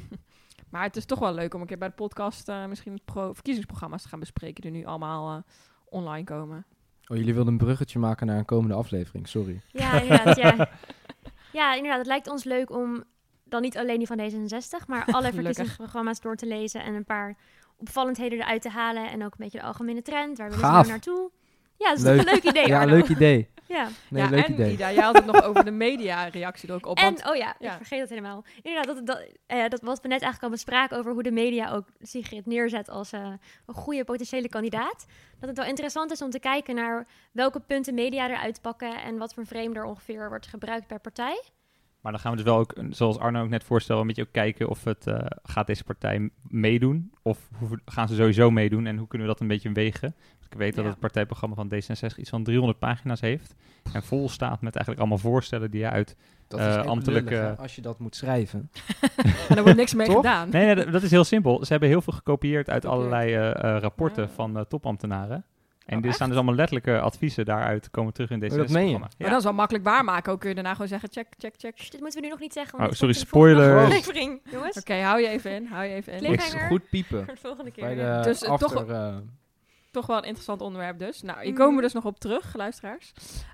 Maar het is toch wel leuk om een keer bij de podcast misschien het verkiezingsprogramma's te gaan bespreken die nu allemaal online komen. Oh, jullie wilden een bruggetje maken naar een komende aflevering, sorry. Ja, inderdaad. Ja. Ja, inderdaad. Het lijkt ons leuk om dan niet alleen die van D66, maar alle verkiezingsprogramma's door te lezen en een paar opvallendheden eruit te halen en ook een beetje de algemene trend. Waar willen ze Gaaf. nou naartoe? Ja, dat is toch een leuk idee, Ja, Arno? leuk idee. Ja. Nee, ja, leuk en idee. Ida, jij had het nog over de media-reactie er ook op. En, Want, oh ja, ja. ik vergeet dat helemaal. Inderdaad, dat wat we net eigenlijk al bespraken over hoe de media ook Sigrid neerzet als een goede potentiële kandidaat. Dat het wel interessant is om te kijken naar welke punten media eruit pakken en wat voor frame er ongeveer wordt gebruikt per partij. Maar dan gaan we dus wel ook, zoals Arno ook net voorstelde, een beetje ook kijken of het gaat deze partij meedoen. Of gaan ze sowieso meedoen en hoe kunnen we dat een beetje wegen. Ik weet dat Ja. het partijprogramma van D66 iets van 300 pagina's heeft. En vol staat met eigenlijk allemaal voorstellen die je uit... Dat is echt ambtelijke- lullig, hè, als je dat moet schrijven. en er wordt niks mee Toch? gedaan. Nee, dat is heel simpel. Ze hebben heel veel gekopieerd uit Gekopieerd. allerlei rapporten Ja. van topambtenaren. En Oh, er staan dus allemaal letterlijke adviezen daaruit komen terug in dat D66 meen je? programma. Maar dat is wel makkelijk waarmaken. Ook kun je daarna gewoon zeggen, check, check, check. Shh, dit moeten we nu nog niet zeggen. Oh, Want dit sorry, komt in de volgende spoiler. aflevering, jongens. Oké, hou je even in. Hou je even in. Klik- Ik Cliffhanger. goed piepen. Voor de volgende keer. Bij ja. de Dus, after... Toch wel een interessant onderwerp dus. Nou, hier Mhm. komen we dus nog op terug, luisteraars.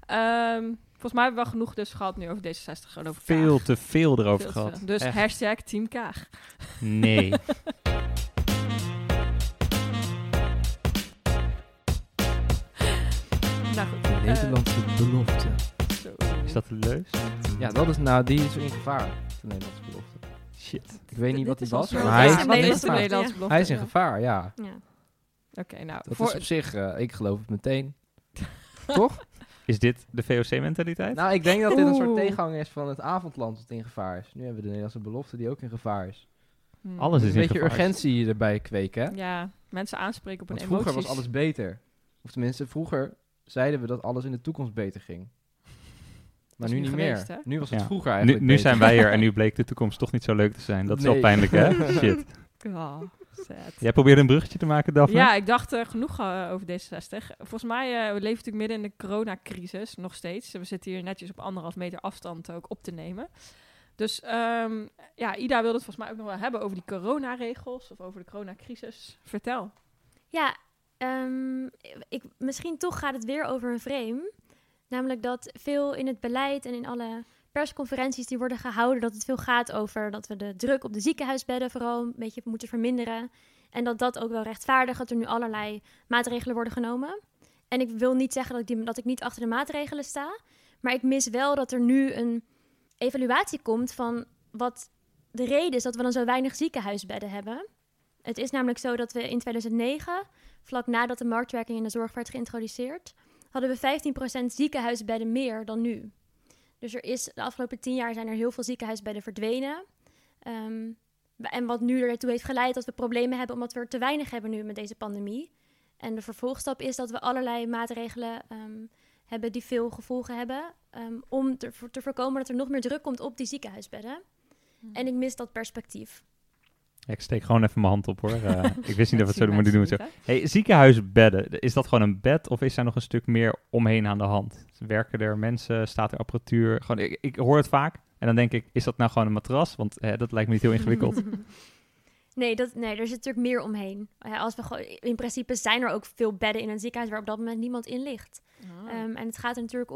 Volgens mij hebben we wel genoeg dus gehad nu over D66. Gewoon over Veel Kaag. te veel erover Veel te gehad. veel. Dus Echt. hashtag Team Kaag. Nee. Nou goed. De Nederlandse belofte. Zo. Is dat de leus? Ja, dat is, nou, die is in gevaar. De Nederlandse belofte. Shit. Ik weet niet Dit wat die is wel was, zo. maar Wat hij is is, hem Wat in is de Nederlandse gevaar. Nederlandse belofte? Hij is in Ja. gevaar, ja. Ja. Oké, nou. Dat voor- is op zich, ik geloof het meteen. Toch? Is dit de VOC-mentaliteit? Nou, ik denk dat dit een soort Oeh. tegenhanger is van het avondland dat in gevaar is. Nu hebben we de Nederlandse belofte die ook in gevaar is. Alles is Een in beetje gevaar. urgentie erbij kweken, hè? Ja, mensen aanspreken op hun Want vroeger emoties. was alles beter. Of tenminste, vroeger zeiden we dat alles in de toekomst beter ging. Maar is nu nu niet geweest, meer. hè? Nu was het Ja. vroeger Nu, eigenlijk nu beter. zijn wij er en nu bleek de toekomst toch niet zo leuk te zijn. Dat is wel Nee. pijnlijk, hè? Shit. Oh, sad. Jij probeerde een bruggetje te maken, Daphne? Ja, ik dacht genoeg over D66. Volgens mij, we leven natuurlijk midden in de coronacrisis, nog steeds. We zitten hier netjes op 1,5 meter afstand ook op te nemen. Dus ja, Ida wilde het volgens mij ook nog wel hebben over die coronaregels of over de coronacrisis. Vertel. Ja, misschien toch gaat het weer over een frame. Namelijk dat veel in het beleid en in alle persconferenties die worden gehouden, dat het veel gaat over dat we de druk op de ziekenhuisbedden vooral een beetje moeten verminderen. En dat ook wel rechtvaardigt dat er nu allerlei maatregelen worden genomen. En ik wil niet zeggen dat ik niet achter de maatregelen sta, maar ik mis wel dat er nu een evaluatie komt van wat de reden is dat we dan zo weinig ziekenhuisbedden hebben. Het is namelijk zo dat we in 2009, vlak nadat de marktwerking in de zorg werd geïntroduceerd, hadden we 15% ziekenhuisbedden meer dan nu. Dus de afgelopen 10 jaar zijn er heel veel ziekenhuisbedden verdwenen. En wat nu ertoe heeft geleid dat we problemen hebben omdat we er te weinig hebben nu met deze pandemie. En de vervolgstap is dat we allerlei maatregelen hebben die veel gevolgen hebben. Om te voorkomen dat er nog meer druk komt op die ziekenhuisbedden. En ik mis dat perspectief. Ja, ik steek gewoon even mijn hand op, hoor. Ik wist niet dat we het zo moeten doen. Zo. Hey, ziekenhuisbedden, is dat gewoon een bed of is daar nog een stuk meer omheen aan de hand? Werken er mensen, staat er apparatuur? Gewoon, ik hoor het vaak en dan denk ik, is dat nou gewoon een matras? Want dat lijkt me niet heel ingewikkeld. Nee, er zit natuurlijk meer omheen. In principe zijn er ook veel bedden in een ziekenhuis waar op dat moment niemand in ligt. En het gaat er natuurlijk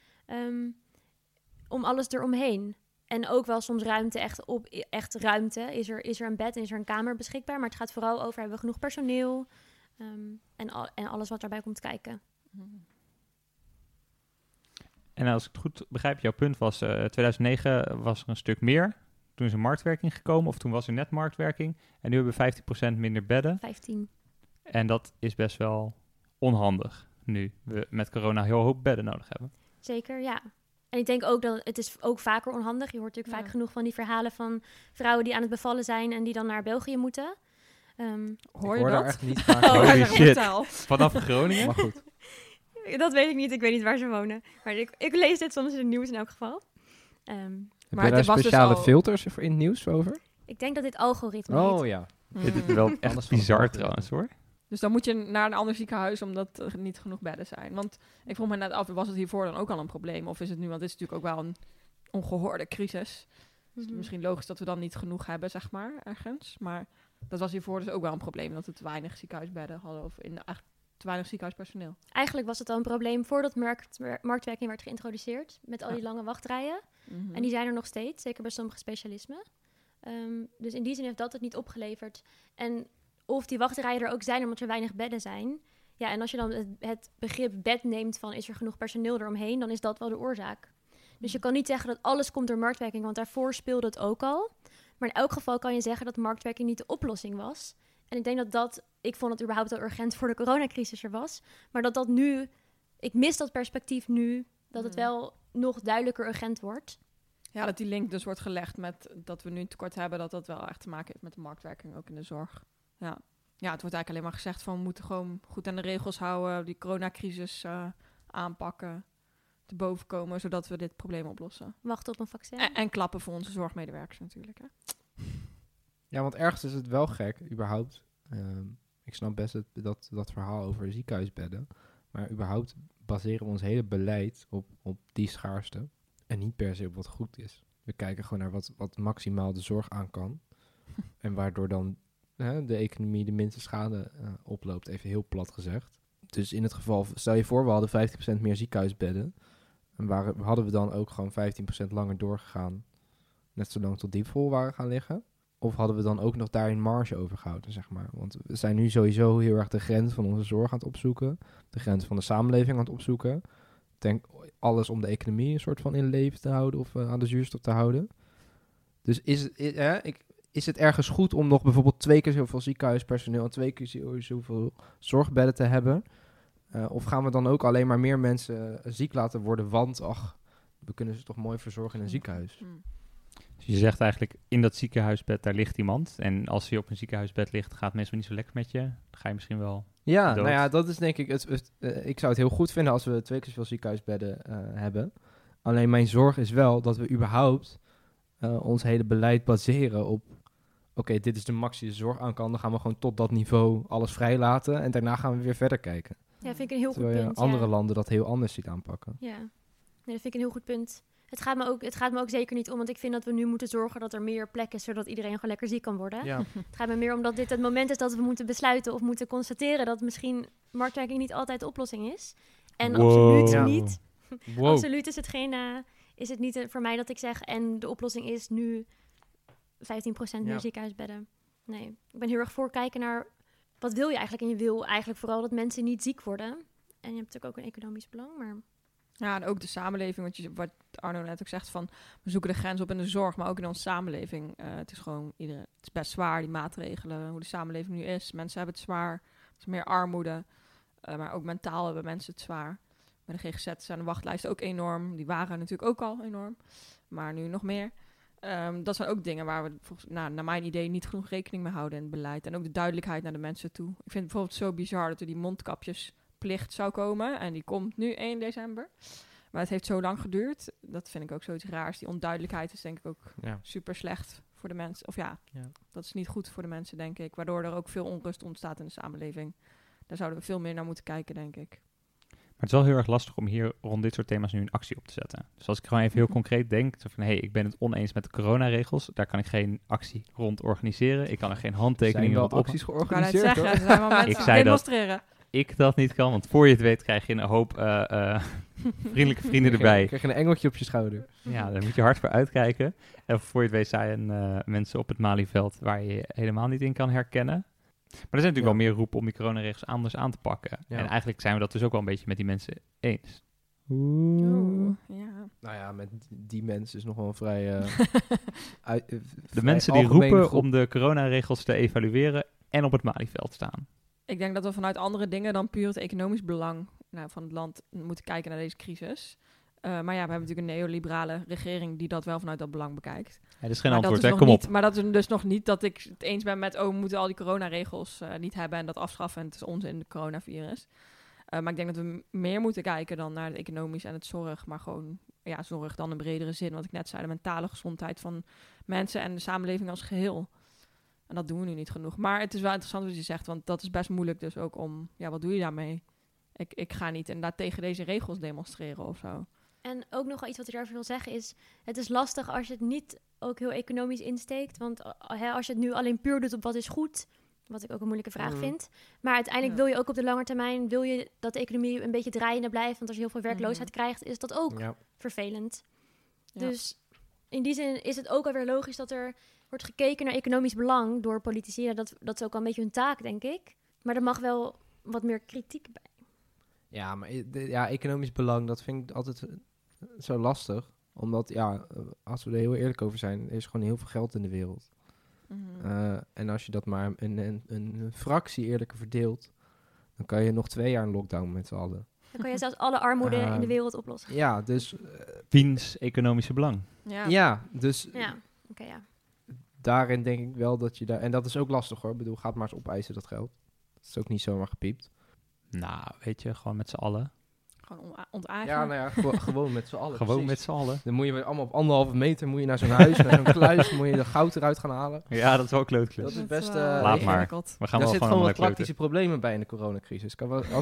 om alles eromheen. En ook wel soms ruimte, echt ruimte. Is er een bed en is er een kamer beschikbaar? Maar het gaat vooral over, hebben we genoeg personeel? En alles wat daarbij komt kijken. En als ik het goed begrijp, jouw punt was, 2009 was er een stuk meer. Toen is er marktwerking gekomen, of toen was er net marktwerking. En nu hebben we 15% minder bedden. 15. En dat is best wel onhandig, nu we met corona heel hoop bedden nodig hebben. Zeker, ja. En ik denk ook dat het is ook vaker onhandig. Je hoort natuurlijk vaak genoeg van die verhalen van vrouwen die aan het bevallen zijn en die dan naar België moeten. Hoor je dat? Daar echt niet vaak Holy hij shit. zegt, Vanaf Groningen? Maar goed. Dat weet ik niet. Ik weet niet waar ze wonen. Maar ik lees dit soms in het nieuws in elk geval. Heb Maar je daar dit was dus speciale al- filters voor in het nieuws over? Ik denk dat dit algoritme heet. Oh ja. Dit is wel echt Alles van bizar het trouwens, hoor. Dus dan moet je naar een ander ziekenhuis omdat er niet genoeg bedden zijn. Want ik vroeg me net af, was het hiervoor dan ook al een probleem? Of is het nu, want dit is natuurlijk ook wel een ongehoorde crisis. Is het misschien logisch dat we dan niet genoeg hebben, zeg maar, ergens. Maar dat was hiervoor dus ook wel een probleem, dat we te weinig ziekenhuisbedden hadden. Of eigenlijk te weinig ziekenhuispersoneel. Eigenlijk was het al een probleem voordat marktwerking werd geïntroduceerd. Met al die lange wachtrijen. En die zijn er nog steeds, zeker bij sommige specialismen. Dus in die zin heeft dat het niet opgeleverd. En of die wachtrijen er ook zijn omdat er weinig bedden zijn. Ja, en als je dan het begrip bed neemt van is er genoeg personeel eromheen, dan is dat wel de oorzaak. Dus je kan niet zeggen dat alles komt door marktwerking, want daarvoor speelde het ook al. Maar in elk geval kan je zeggen dat marktwerking niet de oplossing was. En ik denk ik vond het überhaupt al urgent voor de coronacrisis er was. Maar dat nu, ik mis dat perspectief nu, dat het wel nog duidelijker urgent wordt. Ja, dat die link dus wordt gelegd met dat we nu een tekort hebben, dat wel echt te maken heeft met de marktwerking ook in de zorg. Ja, het wordt eigenlijk alleen maar gezegd van we moeten gewoon goed aan de regels houden, die coronacrisis aanpakken, te boven komen, zodat we dit probleem oplossen. Wachten op een vaccin. En klappen voor onze zorgmedewerkers natuurlijk. Hè? Ja, want ergens is het wel gek, überhaupt. Ik snap best dat verhaal over ziekenhuisbedden. Maar überhaupt baseren we ons hele beleid op die schaarste. En niet per se op wat goed is. We kijken gewoon naar wat maximaal de zorg aan kan. En waardoor dan de economie de minste schade oploopt, even heel plat gezegd. Dus in het geval, stel je voor, we hadden 15% meer ziekenhuisbedden. En hadden we dan ook gewoon 15% langer doorgegaan, net zolang tot die vol waren gaan liggen? Of hadden we dan ook nog daarin marge overgehouden, zeg maar? Want we zijn nu sowieso heel erg de grens van onze zorg aan het opzoeken. De grens van de samenleving aan het opzoeken. Denk alles om de economie een soort van in leven te houden of aan de zuurstof te houden. Dus is het ergens goed om nog bijvoorbeeld 2 keer zoveel ziekenhuispersoneel en 2 keer zoveel zorgbedden te hebben? Of gaan we dan ook alleen maar meer mensen ziek laten worden, want we kunnen ze toch mooi verzorgen in een ziekenhuis? Dus je zegt eigenlijk, in dat ziekenhuisbed, daar ligt iemand. En als je op een ziekenhuisbed ligt, gaat het meestal niet zo lekker met je. Dan ga je misschien wel Ja, dood. nou ja, dat is denk ik ik zou het heel goed vinden als we 2 keer zoveel ziekenhuisbedden hebben. Alleen mijn zorg is wel dat we überhaupt ons hele beleid baseren op oké, dit is de max die de zorg aan kan. Dan gaan we gewoon tot dat niveau alles vrijlaten. En daarna gaan we weer verder kijken. Ja, vind ik een heel goed Terwijl je punt. andere landen dat heel anders ziet aanpakken. Ja, nee, dat vind ik een heel goed punt. Het gaat me ook zeker niet om, want ik vind dat we nu moeten zorgen dat er meer plek is, zodat iedereen gewoon lekker ziek kan worden. Ja. Het gaat me meer om dat dit het moment is dat we moeten besluiten of moeten constateren dat misschien marktwerking niet altijd de oplossing is. En Wow. absoluut Ja. niet. Wow. Absoluut is het niet voor mij dat ik zeg en de oplossing is nu 15% meer Ja. ziekenhuisbedden. Nee, ik ben heel erg voor kijken naar wat wil je eigenlijk. En je wil eigenlijk vooral dat mensen niet ziek worden. En je hebt natuurlijk ook een economisch belang, maar... Ja, en ook de samenleving, wat Arno net ook zegt van we zoeken de grens op in de zorg, maar ook in onze samenleving. Het is gewoon het is best zwaar, die maatregelen, hoe de samenleving nu is. Mensen hebben het zwaar, er is meer armoede, maar ook mentaal hebben mensen het zwaar. Bij de GGZ zijn de wachtlijsten ook enorm, die waren natuurlijk ook al enorm, maar nu nog meer. Dat zijn ook dingen waar we naar mijn idee niet genoeg rekening mee houden in het beleid. En ook de duidelijkheid naar de mensen toe. Ik vind het bijvoorbeeld zo bizar dat er die mondkapjesplicht zou komen. En die komt nu 1 december. Maar het heeft zo lang geduurd. Dat vind ik ook zoiets raars. Die onduidelijkheid is denk ik ook super slecht voor de mensen. Of dat is niet goed voor de mensen, denk ik. Waardoor er ook veel onrust ontstaat in de samenleving. Daar zouden we veel meer naar moeten kijken, denk ik. Maar het is wel heel erg lastig om hier rond dit soort thema's nu een actie op te zetten. Dus als ik gewoon even heel concreet denk, zo van ik ben het oneens met de coronaregels, daar kan ik geen actie rond organiseren. Ik kan er geen handtekeningen rond acties georganiseerd. Ik kan het zeggen, er zijn wel mensen Ik die zei demonstreren. Ik dat niet kan, want voor je het weet krijg je een hoop vriendelijke vrienden erbij. Krijg je een engeltje op je schouder. Ja, daar moet je hard voor uitkijken. En voor je het weet zijn mensen op het Malieveld waar je helemaal niet in kan herkennen. Maar er zijn natuurlijk wel meer roepen om die coronaregels anders aan te pakken. Ja. En eigenlijk zijn we dat dus ook wel een beetje met die mensen eens. Ja. Nou ja, met die mensen is nog wel een vrij... De mensen die roepen om de coronaregels te evalueren en op het Malieveld staan. Ik denk dat we vanuit andere dingen dan puur het economisch belang van het land moeten kijken naar deze crisis. Maar we hebben natuurlijk een neoliberale regering die dat wel vanuit dat belang bekijkt. Ja, dat is geen maar antwoord, dat hè? is Kom op. Niet, maar dat is dus nog niet dat ik het eens ben met... we moeten al die coronaregels niet hebben en dat afschaffen. En het is onzin, de coronavirus. Maar ik denk dat we meer moeten kijken dan naar het economisch en het zorg. Maar gewoon, zorg dan in bredere zin. Wat ik net zei, de mentale gezondheid van mensen en de samenleving als geheel. En dat doen we nu niet genoeg. Maar het is wel interessant wat je zegt, want dat is best moeilijk dus ook om... wat doe je daarmee? Ik ga niet inderdaad tegen deze regels demonstreren of zo. En ook nog iets wat ik daarover wil zeggen is... het is lastig als je het niet ook heel economisch insteekt. Want als je het nu alleen puur doet op wat is goed... wat ik ook een moeilijke vraag vind. Maar uiteindelijk wil je ook op de lange termijn... wil je dat de economie een beetje draaiende blijft. Want als je heel veel werkloosheid krijgt... is dat ook vervelend. Ja. Dus in die zin is het ook alweer logisch... dat er wordt gekeken naar economisch belang door politici. Dat is ook al een beetje hun taak, denk ik. Maar er mag wel wat meer kritiek bij. Ja, maar economisch belang, dat vind ik altijd zo lastig. Omdat, als we er heel eerlijk over zijn, er is gewoon heel veel geld in de wereld. Mm-hmm. En als je dat maar een fractie eerlijker verdeelt, dan kan je nog 2 jaar een lockdown met z'n allen. Dan kan je zelfs alle armoede in de wereld oplossen. Ja, dus... Wiens economische belang? Dus... Ja. Daarin denk ik wel dat je daar... En dat is ook lastig hoor. Ik bedoel, gaat maar eens opeisen dat geld. Dat is ook niet zomaar gepiept. Nou, weet je, gewoon met z'n allen. Gewoon onteigenen. Ja, nou ja, gewoon met z'n allen. Gewoon precies. met z'n allen. Dan moet je allemaal op 1,5 meter moet je naar zo'n huis, naar zo'n kluis, moet je de goud eruit gaan halen. Ja, dat is wel een klootklus. Dat is best... Laat maar. We gaan Daar wel zit gewoon gewoon wat kloten. praktische problemen bij in de coronacrisis.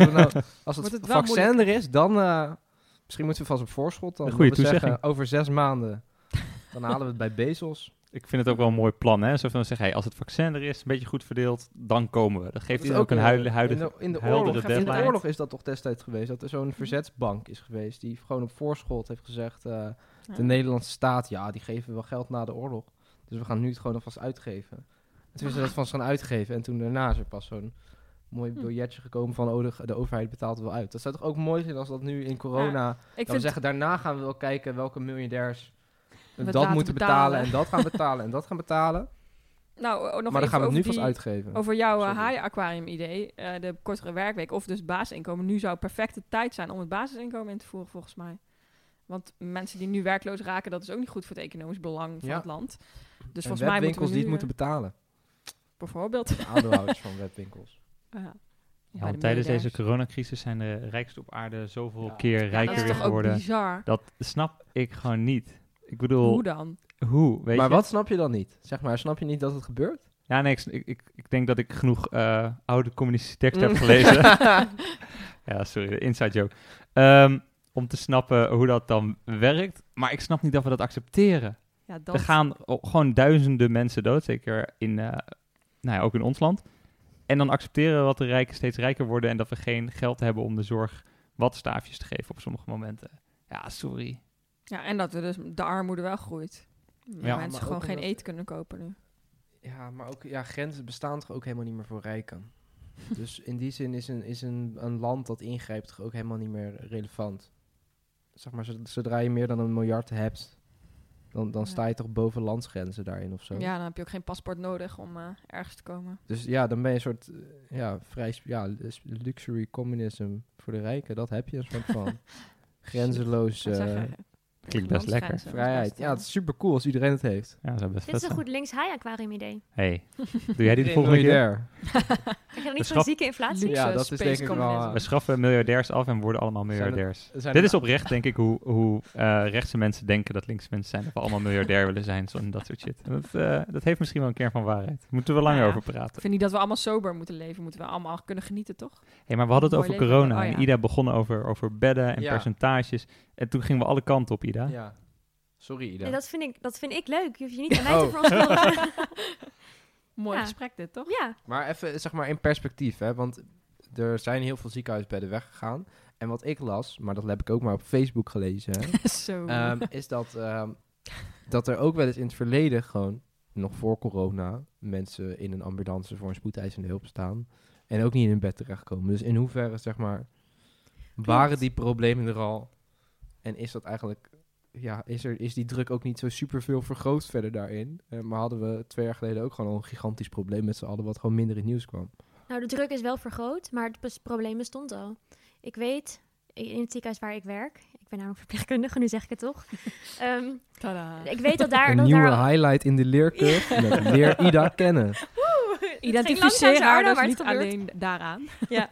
Als het het wel vaccin er is, dan... misschien moeten we vast op voorschot. Dan Een goede we zeggen, toezegging. over 6 maanden, dan halen we het bij Bezos. Ik vind het ook wel een mooi plan, hè? Zo van zeggen, als het vaccin er is, een beetje goed verdeeld, dan komen we. Dat geeft Dat is ook een in heldere de deadline. oorlog is dat toch destijds geweest, dat er zo'n verzetsbank is geweest, die gewoon op voorschot heeft gezegd, de Nederlandse staat, die geven wel geld na de oorlog. Dus we gaan nu het gewoon alvast uitgeven. En toen is ze dat vast gaan uitgeven en toen daarna is er pas zo'n mooi biljetje gekomen van, de overheid betaalt het wel uit. Dat zou toch ook mooi zijn als dat nu in corona, dat we zeggen, daarna gaan we wel kijken welke miljardairs dat moeten betalen en dat gaan betalen en dat gaan betalen. Nou, nog maar dan gaan we het nu vast die, uitgeven. Over jouw haaien-aquarium-idee, de kortere werkweek of dus basisinkomen. Nu zou perfecte tijd zijn om het basisinkomen in te voeren, volgens mij. Want mensen die nu werkloos raken, dat is ook niet goed voor het economisch belang van het land. Dus volgens mij moeten we nu... die het moeten betalen. Bijvoorbeeld. De aandeelhouders van webwinkels. Ja, want tijdens deze coronacrisis zijn de rijksten op aarde zoveel keer rijker dat is toch geworden. Ook bizar. Dat snap ik gewoon niet. Ik bedoel... Hoe dan? Weet maar je? wat snap je dan niet? Zeg maar, snap je niet dat het gebeurt? Ja, nee, ik denk dat ik genoeg oude communistische teksten heb gelezen. Ja, sorry, de inside joke. Om te snappen hoe dat dan werkt. Maar ik snap niet dat we dat accepteren. Ja, dat... Er gaan gewoon duizenden mensen dood, zeker ook in ons land. En dan accepteren we dat de rijken steeds rijker worden en dat we geen geld hebben om de zorg wat staafjes te geven op sommige momenten. Ja, sorry. Ja, en dat we dus de armoede wel groeit. Ja, mensen gewoon geen eten kunnen kopen nu. Ja, maar ook grenzen bestaan toch ook helemaal niet meer voor rijken. Dus in die zin is een land dat ingrijpt toch ook helemaal niet meer relevant. Zeg maar, zodra je meer dan 1 miljard hebt, dan sta je toch boven landsgrenzen daarin of zo. Ja, dan heb je ook geen paspoort nodig om ergens te komen. Dus ja, dan ben je een soort luxury communism voor de rijken. Dat heb je een soort van grenzeloos Klinkt best lekker. Landsgrenzen, Vrijheid. best, Ja, het is super cool als iedereen het heeft. Ja, dat zou best Dit vet is een zijn. goed links-high-aquarium idee. Hey, doe jij die de volgende keer? Miljardair. Krijg je dan niet Schat- van zieke inflatie? Luxe Ja, dat is space denk ik wel... communism. We schaffen miljardairs af en worden allemaal miljardairs. Dit is oprecht, denk ik, hoe rechtse mensen denken dat linkse mensen zijn. Dat we allemaal miljardair willen zijn, en dat soort shit. En dat heeft misschien wel een kern van waarheid. Daar moeten we langer Ja. over Ik praten. vind niet dat we allemaal sober moeten leven. Moeten we allemaal kunnen genieten, toch? Hey, maar we hadden het Mooi over leven. corona. Oh, ja. En Ida begon over bedden en Ja. percentages. En toen gingen we alle kanten op, Ida. Ja. Sorry, Ida. Nee, dat vind ik leuk. Je hoeft je niet aan mij te Oh. verontschuldigen. Mooi Ja. gesprek dit, toch? Ja, Maar even, zeg maar, in perspectief, hè. Want er zijn heel veel ziekenhuisbedden weggegaan. En wat ik las, maar dat heb ik ook maar op Facebook gelezen, hè, Zo. is dat er ook wel eens in het verleden gewoon, nog voor corona, mensen in een ambulance voor een spoedeisende hulp staan. En ook niet in een bed terechtkomen. Dus in hoeverre, zeg maar, waren die problemen er al? En is dat eigenlijk... Ja, is die druk ook niet zo superveel vergroot verder daarin? Maar hadden we 2 jaar geleden ook gewoon al een gigantisch probleem met z'n allen, wat gewoon minder in het nieuws kwam. nou de druk is wel vergroot, maar het probleem bestond al. Ik weet, in het ziekenhuis waar ik werk, ik ben namelijk verpleegkundige, nu zeg ik het toch. Tada. Ik weet dat daar... Een dat nieuwe daar, highlight in de leercurve met leer Ida kennen. Identificeer haar dus maar niet het gebeurt. alleen daaraan.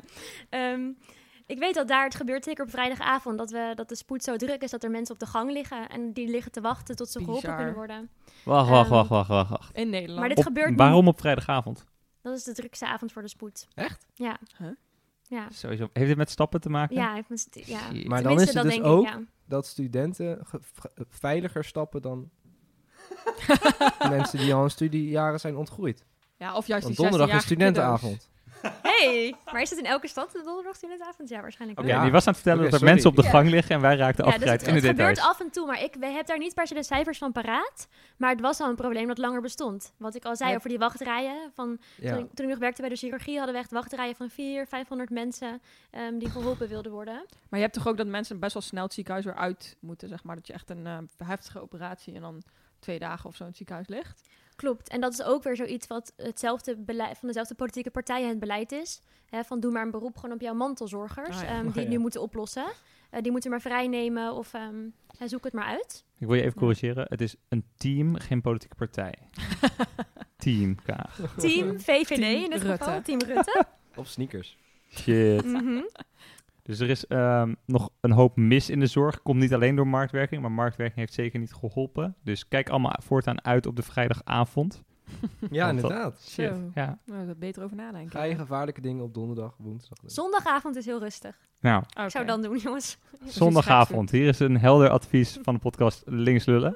Ik weet dat daar het gebeurt, zeker op vrijdagavond, dat de spoed zo druk is dat er mensen op de gang liggen en die liggen te wachten tot ze geholpen Bizar. kunnen worden. Wacht. In Nederland. Maar dit gebeurt Waarom op vrijdagavond? Dat is de drukste avond voor de spoed. Echt? Ja. Huh? Ja. Sowieso. Heeft dit met stappen te maken? Ja, Maar Shit. dan tenminste, is het dat dus denk ook- ik, ja. Dat studenten veiliger stappen dan mensen die al in studiejaren zijn ontgroeid. Ja, of juist Want die donderdag is 16-jarige studentenavond. Hey, maar is het in elke stad de donderdag studentenavond? Ja, waarschijnlijk Oké, wel. Ja. die was aan het vertellen Oké, dat er sorry. mensen op de Ja. gang liggen en wij raakten Ja, dus afgeleid het in de gebeurt details. af en toe, maar we hebben daar niet per se de cijfers van paraat. Maar het was al een probleem dat langer bestond. Wat ik al zei Ja. over die wachtrijen. Ja. Toen ik nog werkte bij de chirurgie hadden we echt wachtrijen van 400-500 mensen die geholpen wilden worden. Maar je hebt toch ook dat mensen best wel snel het ziekenhuis weer uit moeten, zeg maar. Dat je echt een heftige operatie en dan 2 dagen of zo in het ziekenhuis ligt. Klopt. En dat is ook weer zoiets wat hetzelfde beleid van dezelfde politieke partijen het beleid is. Hè, van doe maar een beroep gewoon op jouw mantelzorgers. Ah, ja. Die Oh, het ja. nu moeten oplossen. Die moeten maar vrijnemen of zoek het maar uit. Ik wil je even corrigeren. Het is een team, geen politieke partij. Team, Kaag. Team VVD Team in dit Rutte. geval. Team Rutte. Of sneakers. Shit. Mhm. Dus er is nog een hoop mis in de zorg. Komt niet alleen door marktwerking, maar marktwerking heeft zeker niet geholpen. Dus kijk allemaal voortaan uit op de vrijdagavond. Ja, Want dat- inderdaad. Shit, Zo. ja. Nou, daar beter over nadenken. Ga je gevaarlijke dingen op donderdag, woensdag doen. Zondagavond is heel rustig. Nou, Oké. Ik zou dan doen, jongens. zondagavond. Hier is een helder advies van de podcast Links Lullen.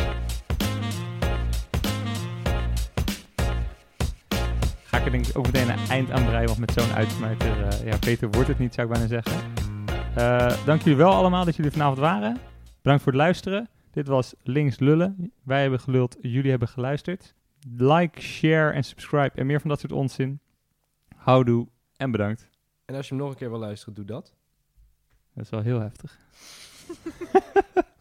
Ga ik er denk ik ook meteen een eind aan breien, want met zo'n uitsmijter, beter wordt het niet, zou ik bijna zeggen. Dank jullie wel allemaal dat jullie vanavond waren. Bedankt voor het luisteren. Dit was Links Lullen. Wij hebben geluld, jullie hebben geluisterd. Like, share en subscribe en meer van dat soort onzin. Houdoe en bedankt. En als je hem nog een keer wil luisteren, doe dat. Dat is wel heel heftig.